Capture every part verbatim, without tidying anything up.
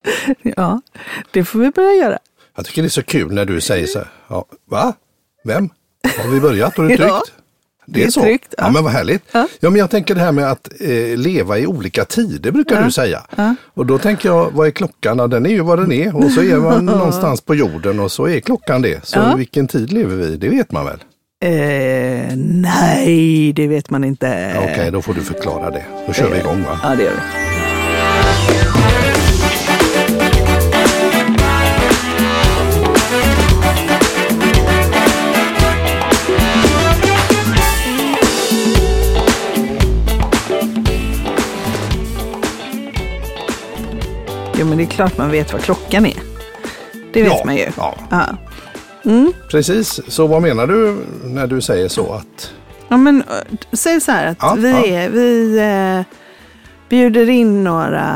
Ja, det får vi börja göra. Jag tycker det är så kul när du säger så här, ja, va? Vem? Har vi börjat och det är tryggt? Ja, det är, det är så. Tryggt, ja. Ja, men vad härligt. Ja. ja, men jag tänker det här med att eh, leva i olika tider brukar ja. du säga. Ja. Och då tänker jag, vad är klockan? Ja, den är ju vad den är. Och så är man någonstans på jorden och så är klockan det. Så ja. vilken tid lever vi i? Det vet man väl? Eh, nej, det vet man inte. Ja, Okej, okay, då får du förklara det. Då kör eh, vi igång, va? Ja, det gör vi. Jo, men det är klart man vet vad klockan är. Det vet ja, man ju. Ja. Ja. Mm. Precis, så vad menar du när du säger så att... Ja, men säg så här att ja, vi, ja. Är, vi eh, bjuder in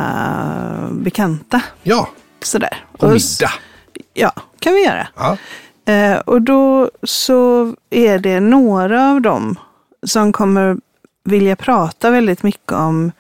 några bekanta. Ja, sådär. På och middag. Ja, kan vi göra. Ja. Eh, och då så är det några av dem som kommer vilja prata väldigt mycket om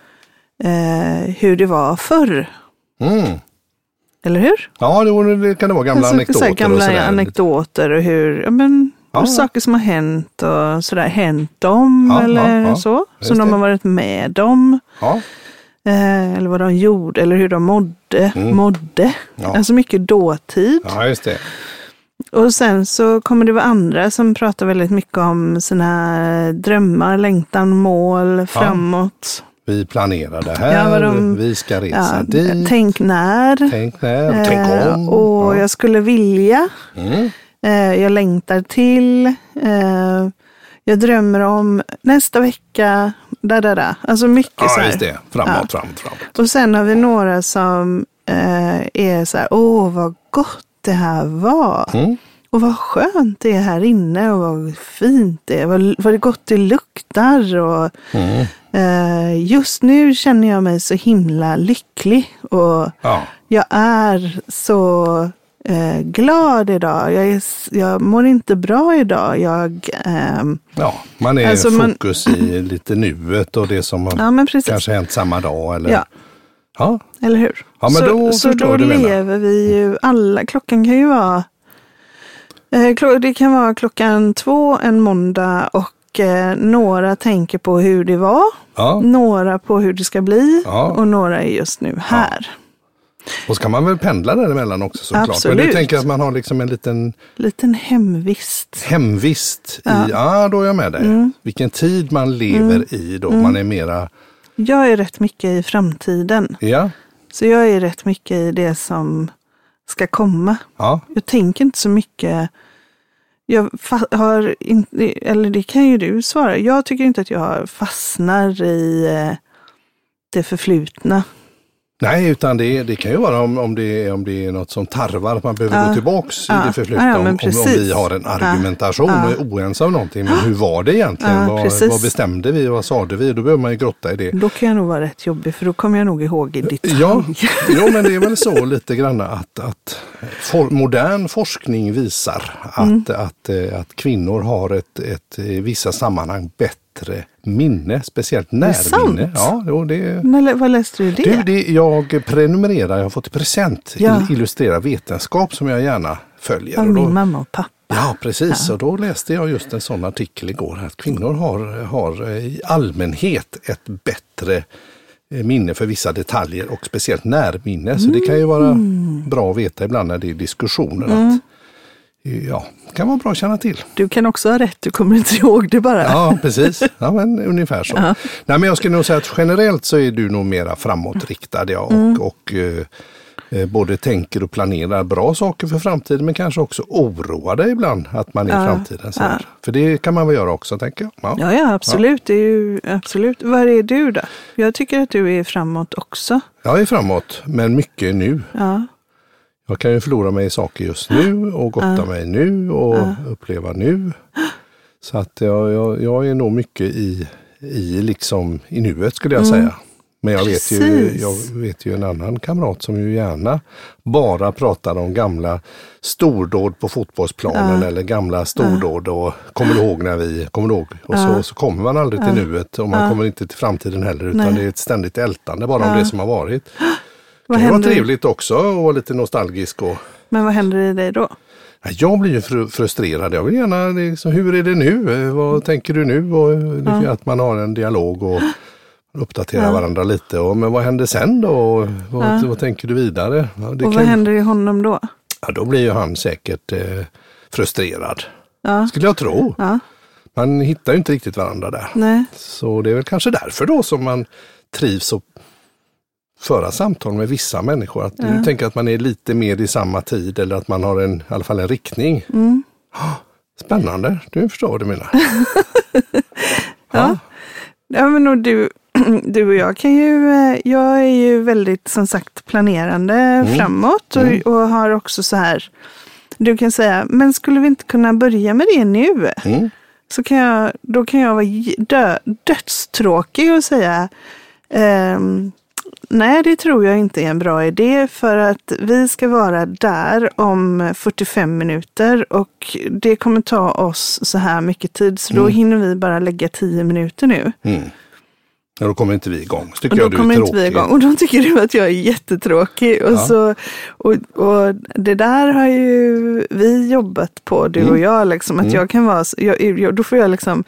eh, hur det var förr. Mm. Eller hur? Ja, det kan det vara gamla alltså, anekdoter. Så gamla och sådär. anekdoter och hur, ja, men, ja. Och saker som har hänt och sådär, hänt dem ja, eller ja, ja. så. Som de har varit med om. Ja. Eh, eller vad de gjorde, eller hur de mådde. Mm. mådde. Ja. Alltså mycket dåtid. Ja, just det. Och sen så kommer det vara andra som pratar väldigt mycket om sina drömmar, längtan, mål, framåt. Ja. Vi planerar det här, ja, de, vi ska resa ja, dit. Tänk när. Tänk när, eh, tänk om. Och ja. jag skulle vilja. Mm. Eh, jag längtar till. Eh, jag drömmer om nästa vecka. Där, där, där. Alltså mycket ja, så här. Just det. Framåt, ja. framåt, framåt. Och sen har vi några som eh, är så här, åh vad gott det här var. Mm. Och vad skönt det är här inne och vad fint det är. Vad, vad gott det luktar. Och mm. eh, just nu känner jag mig så himla lycklig. Och ja. jag är så eh, glad idag. Jag, är, jag mår inte bra idag. Jag, eh, ja, man är alltså fokus man, i lite nuet och det som ja, kanske hänt samma dag. Eller, ja. Ja. eller hur? Ja, men då så så då lever menar. vi ju alla. Klockan kan ju vara Det kan vara klockan två en måndag och eh, några tänker på hur det var, ja. några på hur det ska bli ja. och några är just nu här. Ja. Och så kan man väl pendla däremellan också såklart. Absolut. Men du tänker att man har liksom en liten... Liten hemvist. Hemvist i, ja, ja då är jag med dig. Mm. Vilken tid man lever mm. i då, mm. man är mera... Jag är rätt mycket i framtiden. Ja. Så jag är rätt mycket i det som ska komma. Ja. Jag tänker inte så mycket. Jag fa- har inte, eller det kan ju du svara. Jag tycker inte att jag fastnar i eh, det förflutna. Nej, utan det, det kan ju vara om, om, det är, om det är något som tarvar att man behöver ja. gå tillbaks ja. i det förflutna. Ja, ja, om, om, om vi har en argumentation ja. och är oense om någonting. Men hur var det egentligen? Ja, vad, vad bestämde vi? Vad sade vi? Då behöver man ju grotta i det. Då kan jag nog vara rätt jobbig, för då kommer jag nog ihåg i detalj. Ja, jo, men det är väl så lite grann att, att for, modern forskning visar att, mm. att, att, att kvinnor har ett, ett i vissa sammanhang bättre minne, speciellt närminne. Ja, jo, det, När, vad läste du det? Du, det? Jag prenumererar, jag har fått present ja. illustrerad vetenskap som jag gärna följer. Av och då, min mamma och pappa. Ja, precis. Ja. Och då läste jag just en sån artikel igår att kvinnor har, har i allmänhet ett bättre minne för vissa detaljer och speciellt närminne. Mm. Så det kan ju vara bra att veta ibland när det är diskussioner mm. att ja, det kan vara bra att känna till. Du kan också ha rätt, du kommer inte ihåg det bara. Ja, precis. Ja, men ungefär så. Ja. Nej, men jag skulle nog säga att generellt så är du nog mera framåtriktad ja, och, mm. och eh, både tänker och planerar bra saker för framtiden men kanske också oroar dig ibland att man är i ja. framtiden. Så ja. För det kan man väl göra också, tänker jag. Ja, ja, ja absolut. Ja. Det är ju, absolut. Vad är du då? Jag tycker att du är framåt också. Jag är framåt, men mycket nu. Ja. Jag kan ju förlora mig i saker just nu och gotta ja. mig nu och ja. uppleva nu. Så att jag, jag, jag är nog mycket i, i, liksom, i nuet skulle jag mm. säga. Men jag vet, ju, jag vet ju en annan kamrat som ju gärna bara pratar om gamla stordåd på fotbollsplanen ja. eller gamla stordåd och kommer du ihåg när vi, kommer du ihåg? Och ja. så, så kommer man aldrig till ja. nuet och man ja. kommer inte till framtiden heller utan Nej. det är ett ständigt ältande bara ja. om det som har varit. Vad det kan händer? vara trevligt också och vara lite nostalgisk. Och... Men vad händer i dig då? Jag blir ju fr- frustrerad. Jag vill gärna, liksom, hur är det nu? Vad tänker du nu? Och, ja. Att man har en dialog och uppdaterar ja. varandra lite. Och, men vad händer sen då? Och, vad, ja. vad tänker du vidare? Ja, det och kan... vad händer i honom då? Ja, då blir ju han säkert eh, frustrerad. Ja. Skulle jag tro. Ja. Man hittar ju inte riktigt varandra där. Nej. Så det är väl kanske därför då som man trivs och föra samtal med vissa människor. Att ja. du tänker att man är lite mer i samma tid eller att man har en, i alla fall en riktning. Mm. Spännande, du förstår vad du menar. ja. ja, men och du, du och jag kan ju, jag är ju väldigt som sagt planerande mm. framåt och, mm. och har också så här, du kan säga, men skulle vi inte kunna börja med det nu? Mm. Så kan jag, då kan jag vara dö, dödstråkig och säga, ehm, nej, det tror jag inte är en bra idé för att vi ska vara där om fyrtiofem minuter och det kommer ta oss så här mycket tid så mm. då hinner vi bara lägga tio minuter nu. Mm. Ja, då kommer inte vi igång. Så tycker och då jag du är kommer tråkig. inte vi igång. Och då tycker du att jag är jättetråkig. Och, ja. så, och, och det där har ju vi jobbat på, du mm. och jag. Liksom, att mm. jag kan vara, jag, jag, då får jag liksom,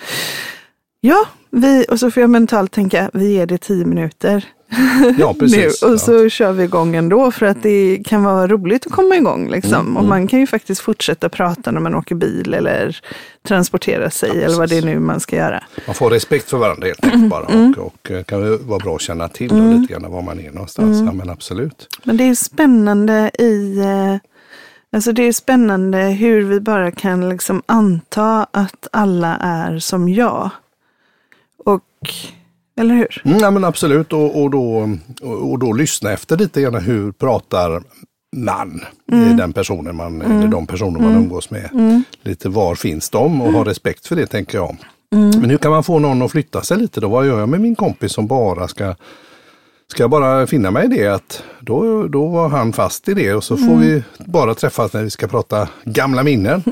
ja, vi, och så får jag mentalt tänka, vi ger det tio minuter. Ja, precis. nu, och ja. så kör vi igång ändå för att det kan vara roligt att komma igång. Liksom. Mm, och man kan ju faktiskt fortsätta prata när man åker bil eller transportera sig ja, eller vad det är nu man ska göra. Man får respekt för varandra helt enkelt bara mm. och, och kan ju vara bra att känna till mm. då, lite grann var man är någonstans. Mm. Ja, men absolut. Men det är spännande i... Alltså det är spännande hur vi bara kan liksom anta att alla är som jag. Och... Eller hur? Mm, ja, men absolut. Och, och, då, och, och då lyssna efter lite grann hur pratar man, mm. den personen man, mm. eller de personer man mm. umgås med. Mm. Lite var finns de och mm. ha respekt för det tänker jag. Mm. Men hur kan man få någon att flytta sig lite då? Vad gör jag med min kompis som bara ska, ska jag bara finna mig i det? Att då, då var han fast i det och så får mm. vi bara träffas när vi ska prata gamla minnen.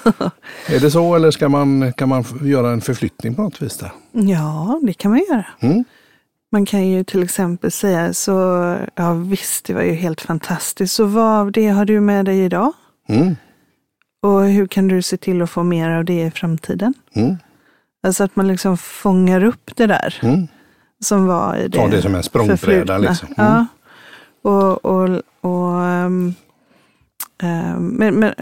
Är det så eller ska man, kan man göra en förflyttning på något vis där? Ja, det kan man göra. Mm. Man kan ju till exempel säga så, ja visst det var ju helt fantastiskt. Så vad av det har du med dig idag? Mm. Och hur kan du se till att få mer av det i framtiden? Mm. Alltså att man liksom fångar upp det där. Mm. Som var i det. Ta det som en språngbräda liksom. Mm. Ja. Och, och, och um, um, men, men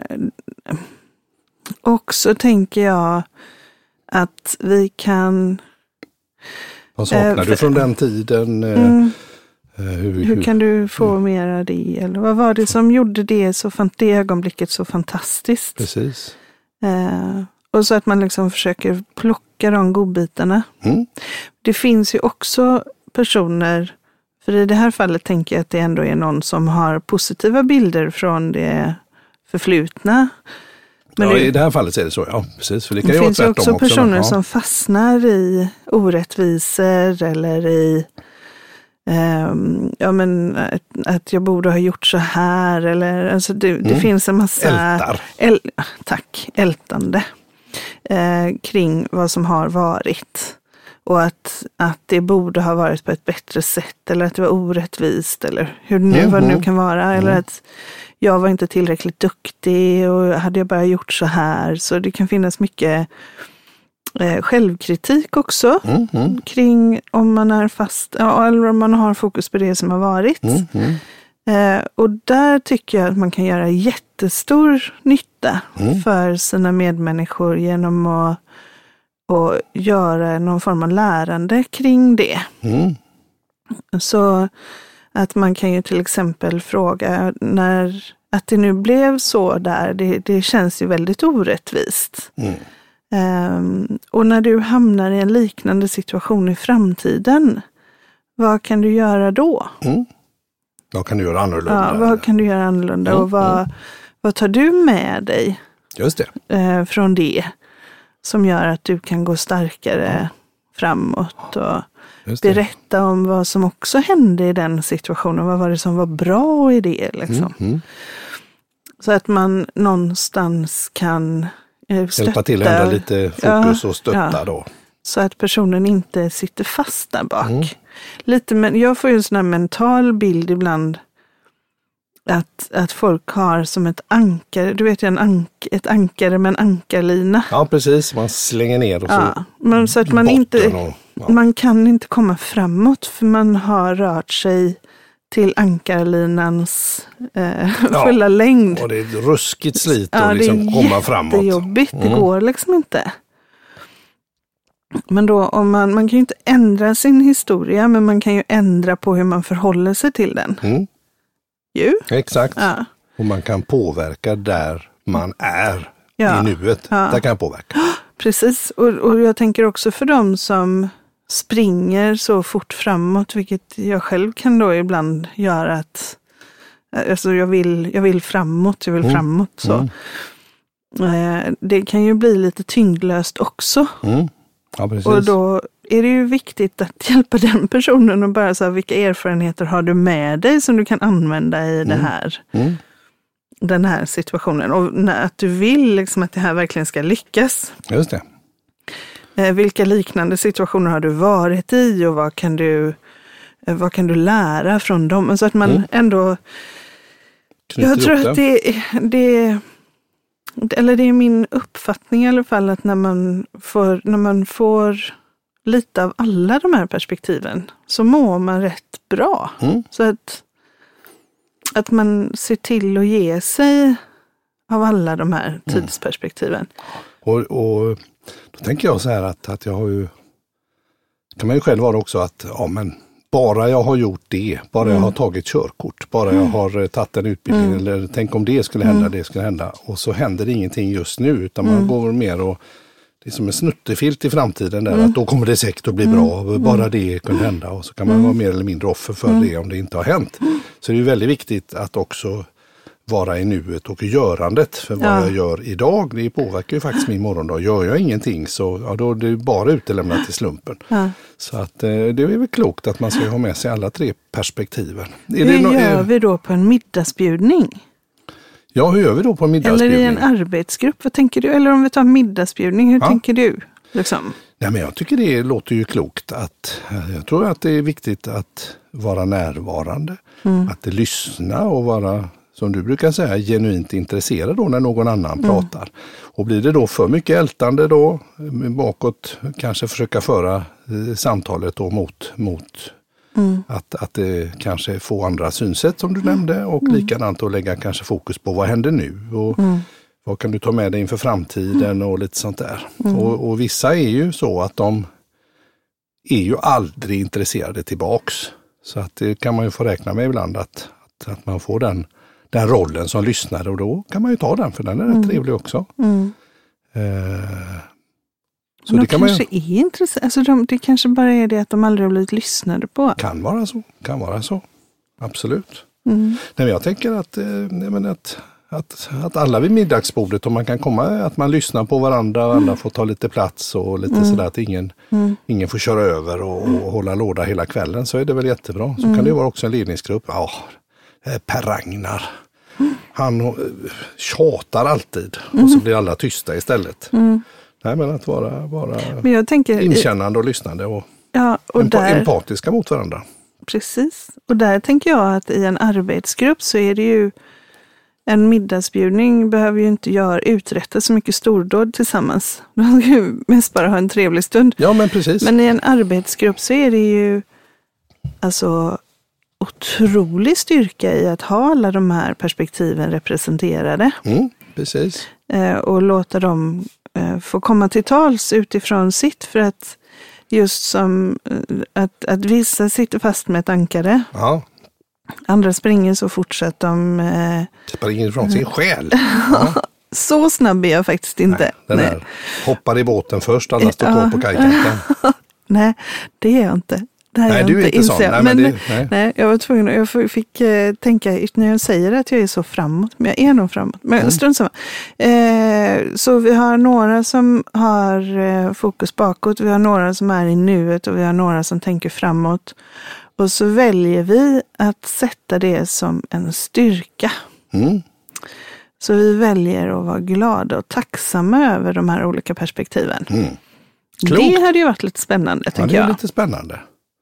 också tänker jag att vi kan... Vad saknar äh, du från den tiden? Mm, uh, hur, hur kan du få mm. mer av det? Eller vad var det som gjorde det, så, det ögonblicket så fantastiskt? Precis. Uh, och så att man liksom försöker plocka de godbitarna. Mm. Det finns ju också personer, för i det här fallet tänker jag att det ändå är någon som har positiva bilder från det förflutna. Men ja, det, i det här fallet är det så, ja. Precis, för det kan det ju finns vara ju också också personer ja. som fastnar i orättvisor eller i um, ja, men, att, att jag borde ha gjort så här. Eller, alltså det, det mm. finns en massa... Ältar. El, tack, ältande. Eh, kring vad som har varit. Och att, att det borde ha varit på ett bättre sätt. Eller att det var orättvist. Eller hur nu, mm. vad det nu kan vara. Mm. Eller att jag var inte tillräckligt duktig. Och hade jag bara gjort så här. Så det kan finnas mycket eh, självkritik också. Mm. Mm. Kring om man är fast. Ja, eller om man har fokus på det som har varit. Mm. Mm. Eh, och där tycker jag att man kan göra jättestor nytta mm. för sina medmänniskor genom att och göra någon form av lärande kring det. Mm. Så att man kan ju till exempel fråga när att det nu blev så där, det, det känns ju väldigt orättvist. Mm. Um, och när du hamnar i en liknande situation i framtiden, vad kan du göra då? Mm. Vad kan du göra annorlunda? Ja, vad kan du göra annorlunda mm. och vad, mm. vad tar du med dig Just det. Eh, från det som gör att du kan gå starkare mm. framåt och berätta om vad som också hände i den situationen. Vad var det som var bra i det liksom? Mm. Mm. Så att man någonstans kan eh, stötta. Hjälpa till att ändra lite fokus ja, och stötta ja. Då. Så att personen inte sitter fast där bak. Mm. Lite, men jag får ju en sån här mental bild ibland Att, att folk har som ett ankare, du vet ju en ank, ett ankare med en ankarlina. Ja, precis. Man slänger ner och så. Ja, men så att man inte, och, ja. man kan inte komma framåt för man har rört sig till ankarlinans eh, ja, fulla längd. Och det är ett ruskigt slit ja, att liksom komma framåt. Det är jättejobbigt, mm. det går liksom inte. Men då, om man, man kan ju inte ändra sin historia, men man kan ju ändra på hur man förhåller sig till den. Mm. Ju? Exakt. Ja. Och man kan påverka där man är ja. i nuet. Ja. Där kan jag påverka. Precis. Och, och jag tänker också för dem som springer så fort framåt, vilket jag själv kan då ibland göra att alltså jag vill, jag vill framåt, jag vill mm. framåt. Så. Mm. Det kan ju bli lite tyngdlöst också. Mm. Ja, precis. Och då är det ju viktigt att hjälpa den personen och bara så vilka erfarenheter har du med dig som du kan använda i mm. det här, mm. den här situationen. Och när, att du vill liksom att det här verkligen ska lyckas. Just det. Eh, vilka liknande situationer har du varit i och vad kan du, eh, vad kan du lära från dem? Så att man mm. ändå... Knyter jag tror att det, det eller det är min uppfattning i alla fall att när man får, när man får lite av alla de här perspektiven så mår man rätt bra. Mm. Så att, att man ser till att ge sig av alla de här tidsperspektiven. Mm. Och, och då tänker jag så här att, att jag har ju, kan man ju själv vara också att ja men bara jag har gjort det, bara mm. jag har tagit körkort, bara mm. jag har tagit en utbildning mm. eller tänk om det skulle hända, mm. det skulle hända. Och så händer det ingenting just nu utan man mm. går mer och det är som en snuttefilt i framtiden där mm. att då kommer det säkert att bli mm. bra, bara mm. det kunde hända och så kan man mm. vara mer eller mindre offer för mm. det om det inte har hänt. Mm. Så det är väldigt viktigt att också vara i nuet och i görandet. För vad ja. jag gör idag, det påverkar ju faktiskt min morgondag. Gör jag ingenting så ja, då är det bara utelämnat till slumpen. Ja. Så att eh, det är väl klokt att man ska ha med sig alla tre perspektiven. Är hur det no- gör är... vi då på en middagsbjudning? Ja, hur gör vi då på en middagsbjudning? Eller i en arbetsgrupp, vad tänker du? Eller om vi tar en middagsbjudning, hur ja. tänker du? Liksom? Nej, men jag tycker det låter ju klokt. Att, jag tror att det är viktigt att vara närvarande. Mm. Att lyssna och vara... som du brukar säga, genuint intresserad då när någon annan mm. pratar. Och blir det då för mycket ältande då bakåt, kanske försöka föra eh, samtalet då mot, mot mm. att, att det kanske får andra synsätt som du nämnde och mm. likadant att lägga kanske fokus på vad händer nu och mm. vad kan du ta med dig inför framtiden och lite sånt där. Mm. Och, och vissa är ju så att de är ju aldrig intresserade tillbaks. Så att det kan man ju få räkna med ibland att, att, att man får den den rollen som lyssnare och då kan man ju ta den för den är rätt mm. trevlig också. Mm. Eh, så de det kan kanske man ju... är intressant. Alltså de, det kanske bara är det att de aldrig har blivit lyssnade på. Kan vara så, kan vara så. Absolut. Mm. Nej, men jag tänker att, eh, nej, men att, att, att alla vid middagsbordet, om man kan komma, att man lyssnar på varandra och mm. alla får ta lite plats och lite mm. sådär att ingen, mm. ingen får köra över och, och hålla låda hela kvällen, så är det väl jättebra. Så mm. kan det ju vara också en ledningsgrupp. Ja, Per Ragnar. Mm. Han tjatar alltid mm. och så blir alla tysta istället. Mm. Nej, men att vara, vara men jag tänker, inkännande och lyssnande och, ja, och emp- där, empatiska mot varandra. Precis. Och där tänker jag att i en arbetsgrupp så är det ju en middagsbjudning behöver ju inte göra uträtta så mycket stordåd tillsammans. De ska ju mest bara ha en trevlig stund. Ja, men precis. Men i en arbetsgrupp så är det ju alltså otrolig styrka i att ha alla de här perspektiven representerade. Mm, precis. Eh, och låta dem eh, få komma till tals utifrån sitt, för att just som eh, att, att vissa sitter fast med ett ankare. Ja. Andra springer så fort att de... Eh, springer ifrån sin själ. Ja. Så snabb är jag faktiskt inte. Nej, den Nej. Där. Hoppar i båten först, alla står kvar på kajkanten. Nej, det är jag inte. Det nej, du är inte sån. Nej, men men det, nej. nej, jag var tvungen att, jag fick eh, tänka när jag säger att jag är så framåt, men jag är nog framåt. Men mm. strunt samma. Eh, så vi har några som har eh, fokus bakåt, vi har några som är i nuet och vi har några som tänker framåt. Och så väljer vi att sätta det som en styrka. Mm. Så vi väljer att vara glada och tacksamma över de här olika perspektiven. Mm. Det hade ju varit lite spännande, ja, tänker jag. Det är lite spännande.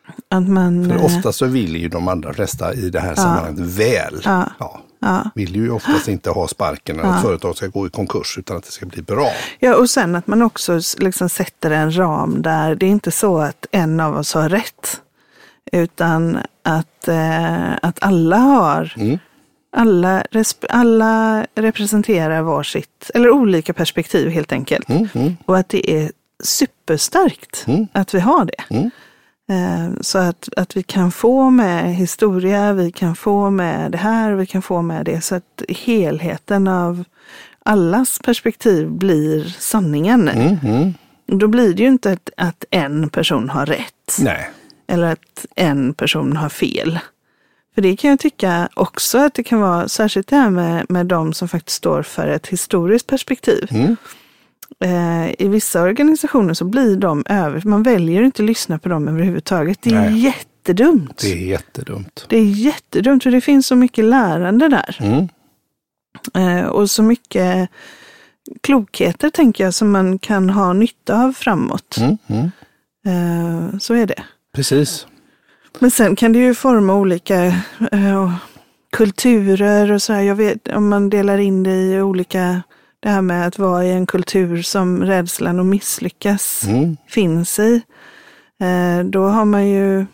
Att man, För ofta så vill ju de andra flesta i det här ja. sammanhanget väl. Ja. Ja. Ja. Vill ju oftast inte ha sparken när ja. ett företag ska gå i konkurs utan att det ska bli bra. Ja, och sen att man också liksom sätter en ram där det är inte så att en av oss har rätt. Utan att, eh, att alla har, mm. alla, resp- alla representerar varsitt, eller olika perspektiv helt enkelt. Mm. Mm. Och att det är superstarkt mm. att vi har det. Mm. Eh, så att, att vi kan få med historia, vi kan få med det här, vi kan få med det. Så att helheten av allas perspektiv blir sanningen. Mm. Mm. Då blir det ju inte att, att en person har rätt. Nej. Eller att en person har fel. För det kan jag tycka också att det kan vara, särskilt det här med, med de som faktiskt står för ett historiskt perspektiv. Mm. Eh, I vissa organisationer så blir de över, man väljer inte att lyssna på dem överhuvudtaget. Det är Nej. jättedumt. Det är jättedumt. Det är jättedumt för det finns så mycket lärande där. Mm. Eh, och så mycket klokheter tänker jag som man kan ha nytta av framåt. Mm. Mm. Eh, så är det. Precis. Men sen kan det ju forma olika uh, kulturer och så här. Jag vet om man delar in det i olika, det här med att vara i en kultur som rädslan att misslyckas mm. finns i. Uh, då har man ju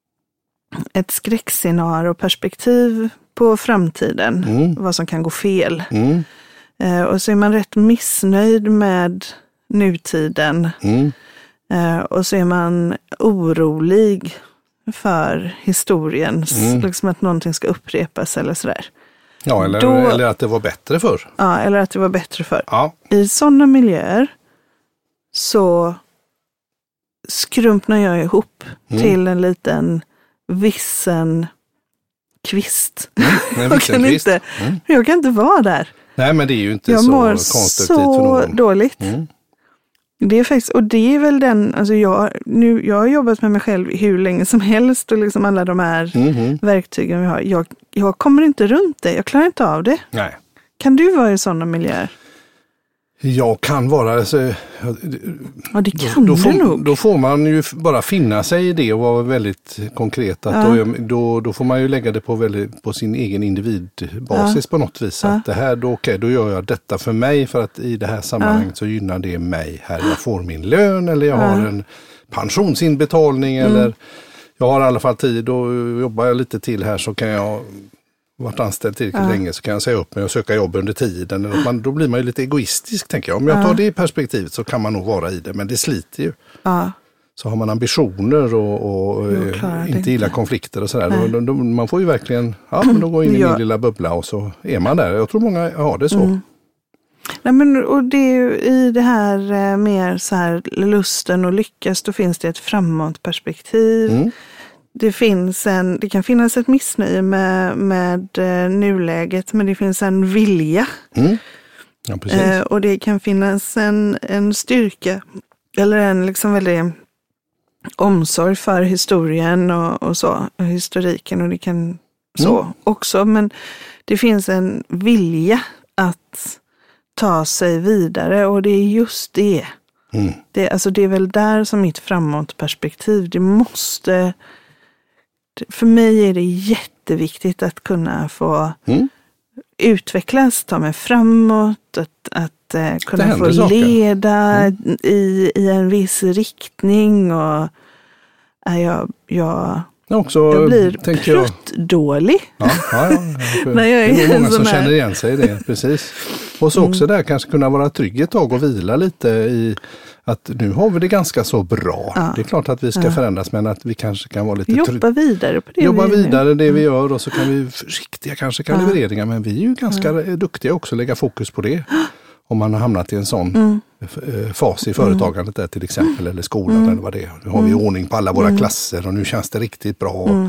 ett skräckscenario-perspektiv på framtiden. Mm. Vad som kan gå fel. Mm. Uh, och så är man rätt missnöjd med nutiden. Mm. Uh, och så är man orolig för historiens, mm. liksom att någonting ska upprepas eller sådär. Ja, eller, Då, eller att det var bättre förr. Ja, eller att det var bättre förr. Ja. I sådana miljöer så skrumpnar jag ihop mm. till en liten vissen kvist. Mm, jag, kan inte, mm. jag kan inte vara där. Nej, men det är ju inte jag så mår konstruktivt så för någon. dåligt. Mm. Det är faktiskt, och det är väl den, alltså jag, nu, jag har jobbat med mig själv hur länge som helst och liksom alla de här mm-hmm. verktygen vi har. Jag, jag kommer inte runt det, jag klarar inte av det. Nej. Kan du vara i sådana miljöer? Jag kan vara, alltså, ja, det kan då, då, får, du nog. Då får man ju bara finna sig i det och vara väldigt konkret. Att ja. då, då, då får man ju lägga det på, väldigt, på sin egen individbasis ja. på något vis. Att ja. det här, då, okay, då gör jag detta för mig för att i det här sammanhanget ja. så gynnar det mig här. Jag får min lön eller jag ja. har en pensionsinbetalning mm. eller jag har i alla fall tid och jobbar jag lite till här så kan jag varit anställd tillräckligt ja. länge så kan jag säga upp mig och söka jobb under tiden. Eller man, då blir man ju lite egoistisk tänker jag. Om jag tar ja. det perspektivet så kan man nog vara i det, men det sliter ju. Ja. Så har man ambitioner och, och inte gillar konflikter och sådär. Då, då, man får ju verkligen, ja men då går in i ja. min lilla bubbla och så är man där. Jag tror många har det så. Mm. Nej, men, och det är ju i det här eh, mer så här lusten och lyckas, då finns det ett framåtperspektiv. Mm. Det, finns en, det kan finnas ett missnöje med, med eh, nuläget, men det finns en vilja. Mm. Ja, precis. Eh, och det kan finnas en, en styrka eller en liksom väldigt omsorg för historien och, och så, och historiken och det kan så mm. också. Men det finns en vilja att ta sig vidare och det är just det. Mm. Det, alltså det är väl där som mitt framåtperspektiv, det måste... För mig är det jätteviktigt att kunna få mm. utvecklas, ta mig framåt, att, att uh, kunna få saker. leda mm. i, i en viss riktning och uh, jag, jag, också, jag blir pruttdålig. Ja, ja, ja, när jag är det är många som här. känner igen sig i det, precis. Och så också mm. där kanske kunna vara trygg ett tag och vila lite i att nu har vi det ganska så bra. Ja. Det är klart att vi ska ja. förändras men att vi kanske kan vara lite... Jobba tr- vidare på det. Jobba vi vidare det vi gör och så kan vi försiktiga kanske kan ja. levereringar men vi är ju ganska ja. duktiga också att lägga fokus på det. Om man har hamnat i en sån mm. fas i företagandet där till exempel eller skolan mm. eller vad det är. Nu har vi ordning på alla våra mm. klasser och nu känns det riktigt bra. Mm.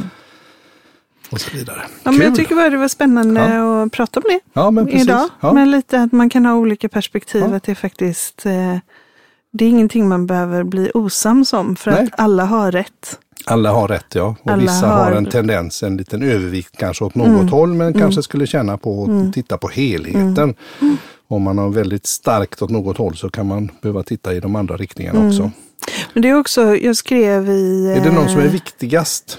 Och så vidare. Ja, men jag tycker bara det var spännande ja. att prata om det ja, men precis. idag. Ja. Men lite att man kan ha olika perspektiv. Ja. Att det faktiskt eh, det är ingenting man behöver bli osams om. För Nej. att alla har rätt. Alla har rätt, ja. Och alla vissa har... har en tendens, en liten övervikt kanske åt något mm. håll. Men mm. kanske skulle känna på att mm. titta på helheten. Mm. Om man har väldigt starkt åt något håll så kan man behöva titta i de andra riktningarna mm. också. Men det är också, jag skrev i... Är det någon som är viktigast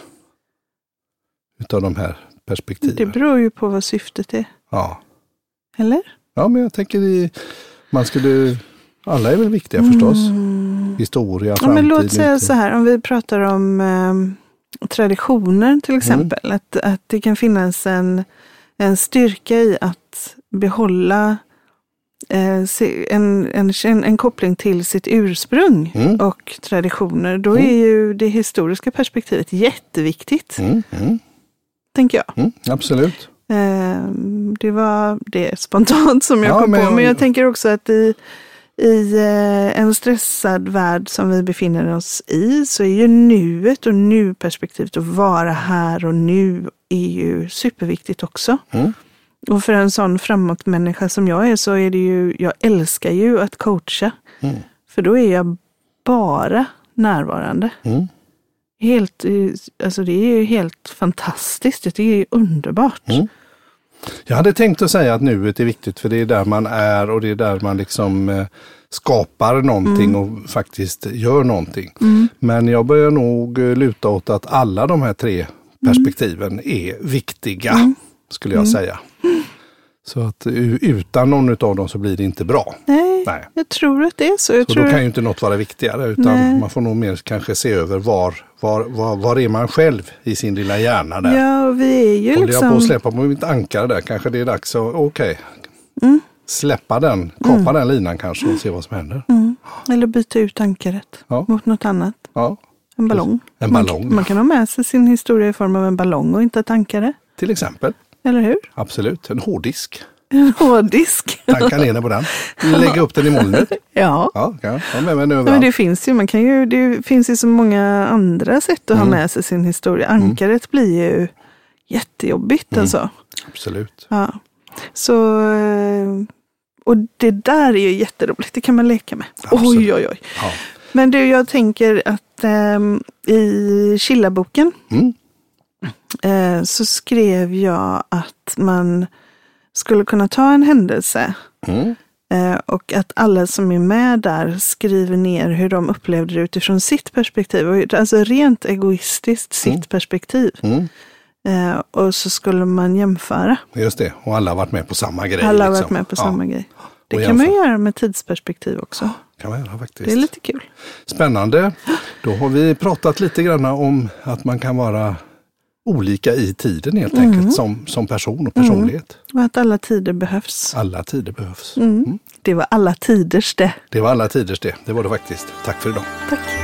utav de här perspektiven? Det beror ju på vad syftet är. Ja. Eller? Ja, men jag tänker i, man skulle, alla är väl viktiga förstås. Mm. Historia, framtid. Ja, men låt säga så här, om vi pratar om eh, traditioner till exempel. Mm. Att, att det kan finnas en, en styrka i att behålla eh, en, en, en, en koppling till sitt ursprung mm. och traditioner. Då mm. är ju det historiska perspektivet jätteviktigt. Mm. Mm. Tänker jag. Mm, absolut. Det var det spontant som jag ja, kom men... på. Men jag tänker också att i, i en stressad värld som vi befinner oss i så är ju nuet och nu-perspektivet att vara här och nu är ju superviktigt också. Mm. Och för en sån framåtmänniska som jag är så är det ju, jag älskar ju att coacha. Mm. För då är jag bara närvarande. Mm. Helt, alltså det är ju helt fantastiskt. Det är ju underbart. Mm. Jag hade tänkt att säga att nuet är viktigt för det är där man är och det är där man liksom eh, skapar någonting mm. och faktiskt gör någonting. Mm. Men jag börjar nog luta åt att alla de här tre perspektiven mm. är viktiga, mm. skulle jag mm. säga. Så att utan någon av dem så blir det inte bra. Nej, Nej. jag tror att det är så. Jag så tror... då kan ju inte något vara viktigare utan Nej. man får nog mer kanske se över var, var, var, var är man själv i sin lilla hjärna där. Ja, och vi är ju och liksom... jag på att släppa på mitt ankare där. Kanske det är dags att, okej, okay, mm. släppa den, kapa mm. den linan kanske och se vad som händer. Mm. Eller byta ut ankaret ja. mot något annat. Ja. En ballong. En ballong. Man, man kan ha med sig sin historia i form av en ballong och inte ett ankare. Till exempel. Eller hur? Absolut, en hårddisk. En hårddisk. Tanka ner den på den. Lägga upp den i molnet. Ja. Ja, ja. Med mig ja men det finns ju, man kan ju, det finns ju så många andra sätt att mm. ha med sig sin historia. Ankaret mm. blir ju jättejobbigt mm. alltså. Absolut. Ja. Så, och det där är ju jätteroligt, det kan man leka med. Absolut. Oj, oj, oj. Ja. Men du, jag tänker att ähm, i Killaboken mm. äh, så skrev jag att man skulle kunna ta en händelse mm. eh, och att alla som är med där skriver ner hur de upplevde det utifrån sitt perspektiv. Alltså rent egoistiskt sitt mm. perspektiv. Mm. Eh, och så skulle man jämföra. Just det, och alla har varit med på samma grej. Alla har liksom. varit med på ja. samma grej. Det kan man göra med tidsperspektiv också. Kan man göra faktiskt. Det är lite kul. Spännande. Då har vi pratat lite grann om att man kan vara olika i tiden helt enkelt mm. som, som person och personlighet. Mm. Och att alla tider behövs. Alla tider behövs. Mm. Mm. Det var alla tiders det. Det var alla tiders det. Det var det faktiskt. Tack för idag. Tack.